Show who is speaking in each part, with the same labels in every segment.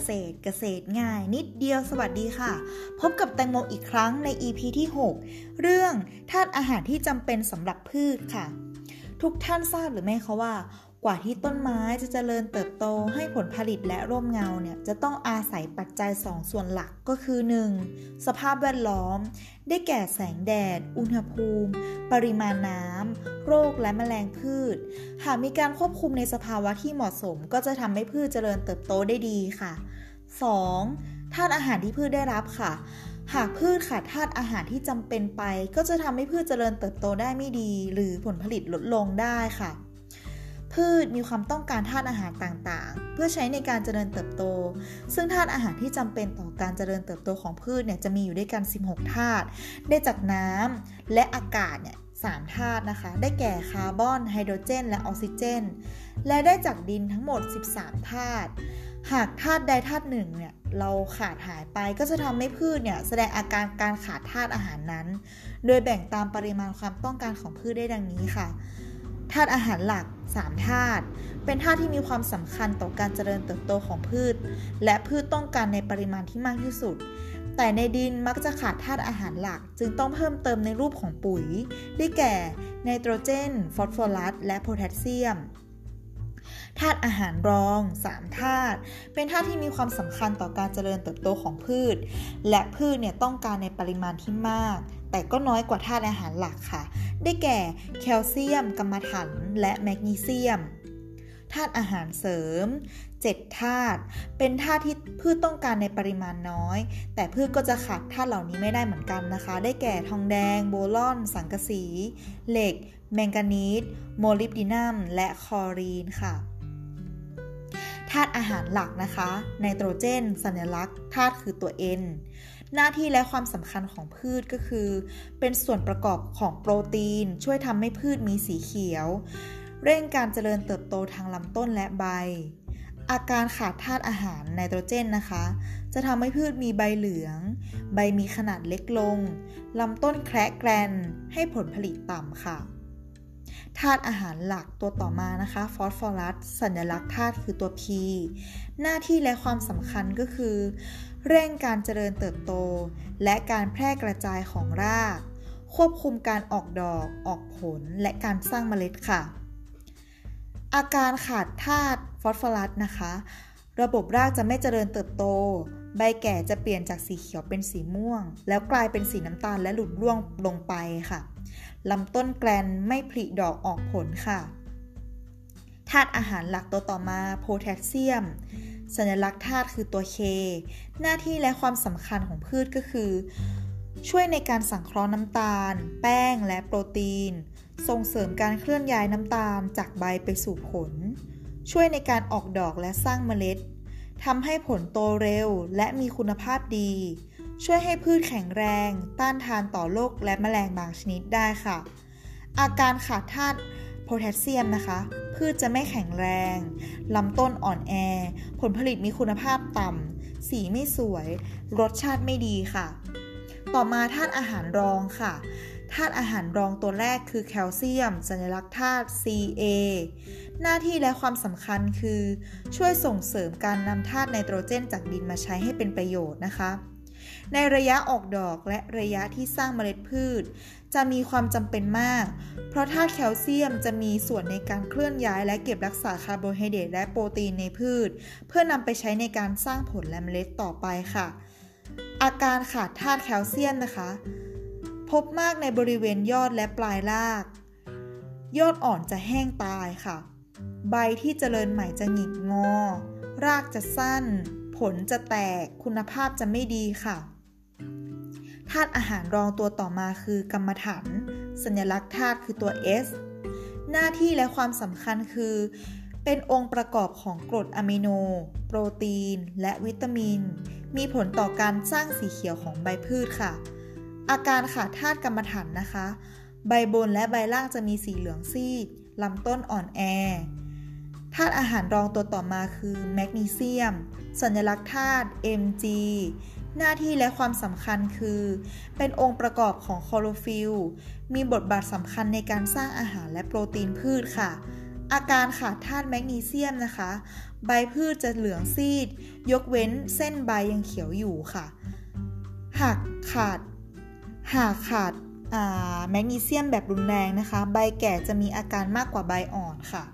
Speaker 1: ษตรง่ายนิดเดียวสวัสดีค่ะพบกับแตงโมอีกครั้งใน EP ที่ 6 เรื่องธาตุอาหารที่จำเป็นสำหรับพืชค่ะทุกท่านทราบหรือไม่คะว่ากว่าที่ต้นไม้จะเจริญเติบโตให้ผลผลิตและร่มเงาเนี่ยจะต้องอาศัยปัจจัย2ส่วนหลักก็คือ 1. สภาพแวดล้อมได้แก่แสงแดดอุณหภูมิปริมาณน้ำโรคและแมลงพืชหากมีการควบคุมในสภาวะที่เหมาะสมก็จะทำให้พืชเจริญเติบโตได้ดีค่ะ 2. ธาตุอาหารที่พืชได้รับค่ะหากพืชขาดธาตุอาหารที่จำเป็นไปก็จะทำให้พืชเจริญเติบโตได้ไม่ดีหรือผลผลิตลดลงได้ค่ะพืชมีความต้องการธาตุอาหารต่างๆเพื่อใช้ในการเจริญเติบโตซึ่งธาตุอาหารที่จำเป็นต่อการเจริญเติบโตของพืชเนี่ยจะมีอยู่ด้วยกัน16ธาตุได้จากน้ำและอากาศเนี่ย3ธาตุนะคะได้แก่คาร์บอนไฮโดรเจนและออกซิเจนและได้จากดินทั้งหมด13ธาตุหากธาตุใดธาตุหนึ่งเนี่ยเราขาดหายไปก็จะทำให้พืชเนี่ยแสดงอาการการขาดธาตุอาหารนั้นโดยแบ่งตามปริมาณความต้องการของพืชได้ดังนี้ค่ะธาตุอาหารหลัก3ธาตุเป็นธาตุที่มีความสำคัญต่อการเจริญเติบโตของพืชและพืชต้องการในปริมาณที่มากที่สุดแต่ในดินมักจะขาดธาตุอาหารหลักจึงต้องเพิ่มเติมในรูปของปุ๋ยได้แก่ไนโตรเจนฟอสฟอรัสและโพแทสเซียมธาตุอาหารรอง3ธาตุเป็นธาตุที่มีความสำคัญต่อการเจริญเติบโตของพืชและพืชเนี่ยต้องการในปริมาณที่มากแต่ก็น้อยกว่าธาตุอาหารหลักค่ะได้แก่แคลเซียมกัมมันถันและแมกนีเซียมธาตุอาหารเสริม7ธาตุเป็นธาตุที่พืชต้องการในปริมาณน้อยแต่พืชก็จะขาดธาตุเหล่านี้ไม่ได้เหมือนกันนะคะได้แก่ทองแดงโบรอนสังกะสีเหล็กแมงกานีสโมลิบดีนัมและคลอรีนค่ะธาตุอาหารหลักนะคะไนโตรเจนสัญลักษณ์ธาตุคือตัว N หน้าที่และความสำคัญของพืชก็คือเป็นส่วนประกอบของโปรตีนช่วยทำให้พืชมีสีเขียวเร่งการเจริญเติบโตทางลำต้นและใบอาการขาดธาตุอาหารไนโตรเจนนะคะจะทำให้พืชมีใบเหลืองใบมีขนาดเล็กลงลำต้นแคระแกรนให้ผลผลิตต่ำค่ะธาตุอาหารหลักตัวต่อมานะคะฟอสฟอรัสสัญลักษณ์ธาตุคือตัว P หน้าที่และความสำคัญก็คือเร่งการเจริญเติบโตและการแพร่กระจายของรากควบคุมการออกดอกออกผลและการสร้างเมล็ดค่ะอาการขาดธาตุฟอสฟอรัสนะคะระบบรากจะไม่เจริญเติบโตใบแก่จะเปลี่ยนจากสีเขียวเป็นสีม่วงแล้วกลายเป็นสีน้ำตาลและหลุดร่วงลงไปค่ะลำต้นแกลนไม่ผลิดอกออกผลค่ะธาตุอาหารหลักตัวต่อมาโพแทสเซียมสัญลักษณ์ธาตุคือตัว K หน้าที่และความสำคัญของพืชก็คือช่วยในการสังเคราะห์น้ำตาลแป้งและโปรตีนส่งเสริมการเคลื่อนย้ายน้ำตาลจากใบไปสู่ผลช่วยในการออกดอกและสร้างเมล็ดทำให้ผลโตเร็วและมีคุณภาพดีช่วยให้พืชแข็งแรงต้านทานต่อโรคและแมลงบางชนิดได้ค่ะอาการขาดธาตุโพแทสเซียมนะคะพืชจะไม่แข็งแรงลำต้นอ่อนแอผลผลิตมีคุณภาพต่ำสีไม่สวยรสชาติไม่ดีค่ะต่อมาธาตุอาหารรองค่ะธาตุอาหารรองตัวแรกคือแคลเซียมสัญลักษณ์ธาตุ Ca หน้าที่และความสำคัญคือช่วยส่งเสริมการนำธาตุไนโตรเจนจากดินมาใช้ให้เป็นประโยชน์นะคะในระยะออกดอกและระยะที่สร้างเมล็ดพืชจะมีความจำเป็นมากเพราะธาตุแคลเซียมจะมีส่วนในการเคลื่อนย้ายและเก็บรักษาคาร์โบไฮเดรตและโปรตีนในพืชเพื่อนำไปใช้ในการสร้างผลและเมล็ดต่อไปค่ะอาการขาดธาตุแคลเซียมนะคะพบมากในบริเวณยอดและปลายรากยอดอ่อนจะแห้งตายค่ะใบที่เจริญใหม่จะหงิกงอรากจะสั้นผลจะแตกคุณภาพจะไม่ดีค่ะธาตุอาหารรองตัวต่อมาคือกัมมันถันสัญลักษณ์ธาตุคือตัว S หน้าที่และความสำคัญคือเป็นองค์ประกอบของกรดอะมิโนโปรตีนและวิตามินมีผลต่อการสร้างสีเขียวของใบพืชค่ะอาการขาดธาตุกัมมันถันนะคะใบบนและใบล่างจะมีสีเหลืองซีดลำต้นอ่อนแอธาตุอาหารรองตัวต่อมาคือแมกนีเซียมสัญลักษณ์ธาตุ Mg หน้าที่และความสำคัญคือเป็นองค์ประกอบของคลอโรฟิลล์มีบทบาทสำคัญในการสร้างอาหารและโปรตีนพืชค่ะอาการขาดธาตุแมกนีเซียมนะคะใบพืชจะเหลืองซีดยกเว้นเส้นใบยังเขียวอยู่ค่ะหากขาดแมกนีเซียมแบบรุนแรงนะคะใบแก่จะมีอาการมากกว่าใบอ่อนค่ะ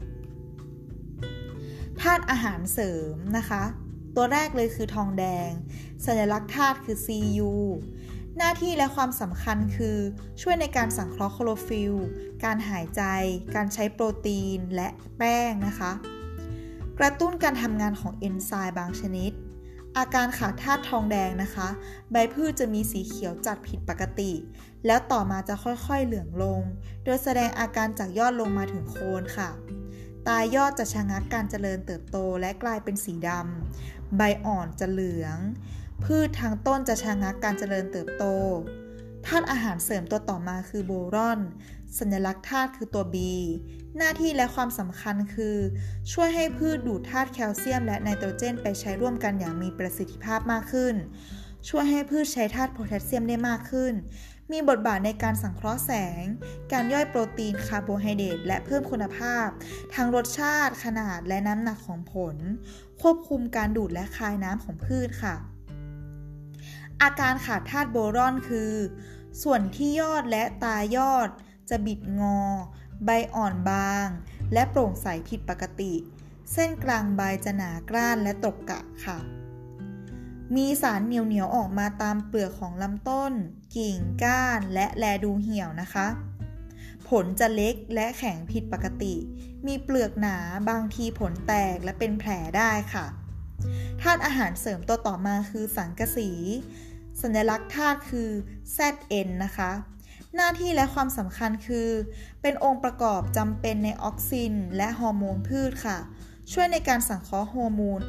Speaker 1: ธาตุอาหารเสริมนะคะตัวแรกเลยคือทองแดงสัญลักษณ์ธาตุคือ Cu หน้าที่และความสำคัญคือช่วยในการสังเคราะห์คลอโรฟิลล์การหายใจการใช้โปรตีนและแป้งนะคะกระตุ้นการทำงานของเอนไซม์บางชนิดอาการขาดธาตุทองแดงนะคะใบพืชจะมีสีเขียวจัดผิดปกติแล้วต่อมาจะค่อยๆเหลืองลงโดยแสดงอาการจากยอดลงมาถึงโคนค่ะตายอดจะชะงักการเจริญเติบโตและกลายเป็นสีดำใบอ่อนจะเหลืองพืชทางต้นจะชะงักการเจริญเติบโตธาตุอาหารเสริมตัวต่อมาคือโบรอนสัญลักษณ์ธาตุคือตัว B หน้าที่และความสำคัญคือช่วยให้พืชดูดธาตุแคลเซียมและไนโตรเจนไปใช้ร่วมกันอย่างมีประสิทธิภาพมากขึ้นช่วยให้พืชใช้ธาตุโพแทสเซียมได้มากขึ้นมีบทบาทในการสังเคราะห์แสงการย่อยโปรตีนคาร์โบไฮเดรตและเพิ่มคุณภาพทั้งรสชาติขนาดและน้ำหนักของผลควบคุมการดูดและคายน้ำของพืชค่ะอาการขาดธาตุโบรอนคือส่วนที่ยอดและตายอดจะบิดงอใบอ่อนบางและโปร่งใสผิดปกติเส้นกลางใบจะหนากร้านและตกกะค่ะมีสารเหนียวๆออกมาตามเปลือกของลำต้นกิ่งก้านและแลดูเหี่ยวนะคะผลจะเล็กและแข็งผิดปกติมีเปลือกหนาบางทีผลแตกและเป็นแผลได้ค่ะธาตุอาหารเสริมตัวต่อมาคือสังกะสีสัญลักษณ์ธาตุคือ Zn นะคะหน้าที่และความสำคัญคือเป็นองค์ประกอบจำเป็นในออกซินและฮอร์โมนพืชค่ะช่วยในการสังเคราะห์ฮอร์โมน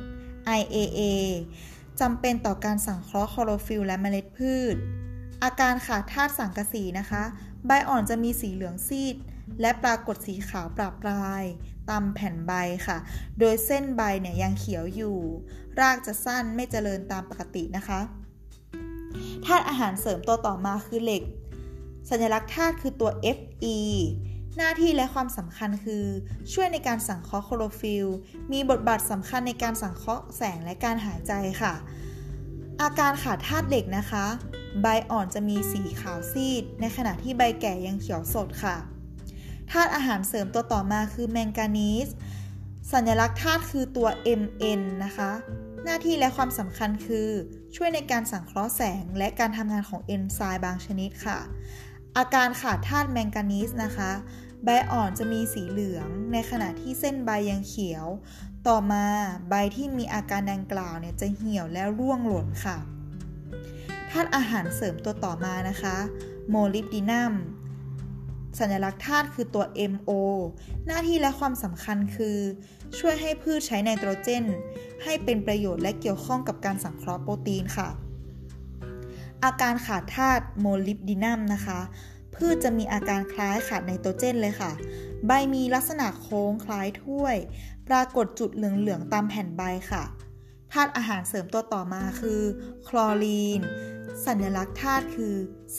Speaker 1: IAA จำเป็นต่อการสังเคราะห์คลอโรฟิลล์และเมล็ดพืชอาการขาดธาตุสังกะสีนะคะใบอ่อนจะมีสีเหลืองซีดและปรากฏสีขาวประปรายตามแผ่นใบค่ะโดยเส้นใบเนี่ยยังเขียวอยู่รากจะสั้นไม่เจริญตามปกตินะคะธาตุอาหารเสริมตัวต่อมาคือเหล็กสัญลักษณ์ธาตุคือตัว Fe หน้าที่และความสำคัญคือช่วยในการสังเคราะห์คลอโรฟิลล์มีบทบาทสำคัญในการสังเคราะห์แสงและการหายใจค่ะอาการขาดธาตุเหล็กนะคะใบอ่อนจะมีสีขาวซีดในขณะที่ใบแก่ยังเขียวสดค่ะธาตุอาหารเสริมตัวต่อมาคือแมงกานีสสัญลักษณ์ธาตุคือตัว Mn นะคะหน้าที่และความสำคัญคือช่วยในการสังเคราะห์แสงและการทำงานของเอนไซม์บางชนิดค่ะอาการขาดธาตุแมงกานีสนะคะใบอ่อนจะมีสีเหลืองในขณะที่เส้นใบยังเขียวต่อมาใบที่มีอาการดังกล่าวเนี่ยจะเหี่ยวและร่วงหล่นค่ะธาตุอาหารเสริมตัวต่อมานะคะโมลิบดีนัมสัญลักษณ์ธาตุคือตัว MO หน้าที่และความสำคัญคือช่วยให้พืชใช้ไนโตรเจนให้เป็นประโยชน์และเกี่ยวข้องกับการสังเคราะห์โปรตีนค่ะอาการขาดธาตุโมลิบดีนัมนะคะพืชจะมีอาการคล้ายขาดไนโตรเจนเลยค่ะใบมีลักษณะโค้งคล้ายถ้วยปรากฏจุดเหลืองๆตามแผ่นใบค่ะธาตุอาหารเสริมตัวต่อมาคือคลอรีนสัญลักษณ์ธาตุคือ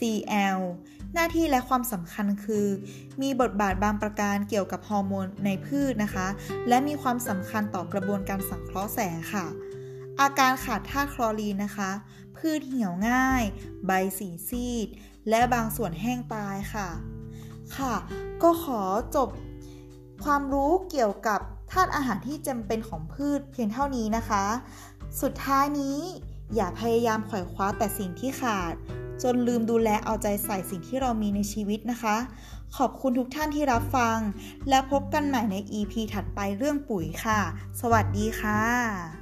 Speaker 1: Cl หน้าที่และความสำคัญคือมีบทบาทบางประการเกี่ยวกับฮอร์โมนในพืชนะคะและมีความสำคัญต่อกระบวนการสังเคราะห์แสงค่ะอาการขาดธาตุคลอรีนนะคะพืชเหี่ยวง่ายใบสีซีดและบางส่วนแห้งตายค่ะก็ขอจบความรู้เกี่ยวกับธาตุอาหารที่จำเป็นของพืชเพียงเท่านี้นะคะสุดท้ายนี้อย่าพยายามไขว่คว้าแต่สิ่งที่ขาดจนลืมดูแลเอาใจใส่สิ่งที่เรามีในชีวิตนะคะขอบคุณทุกท่านที่รับฟังและพบกันใหม่ใน EP ถัดไปเรื่องปุ๋ยค่ะสวัสดีค่ะ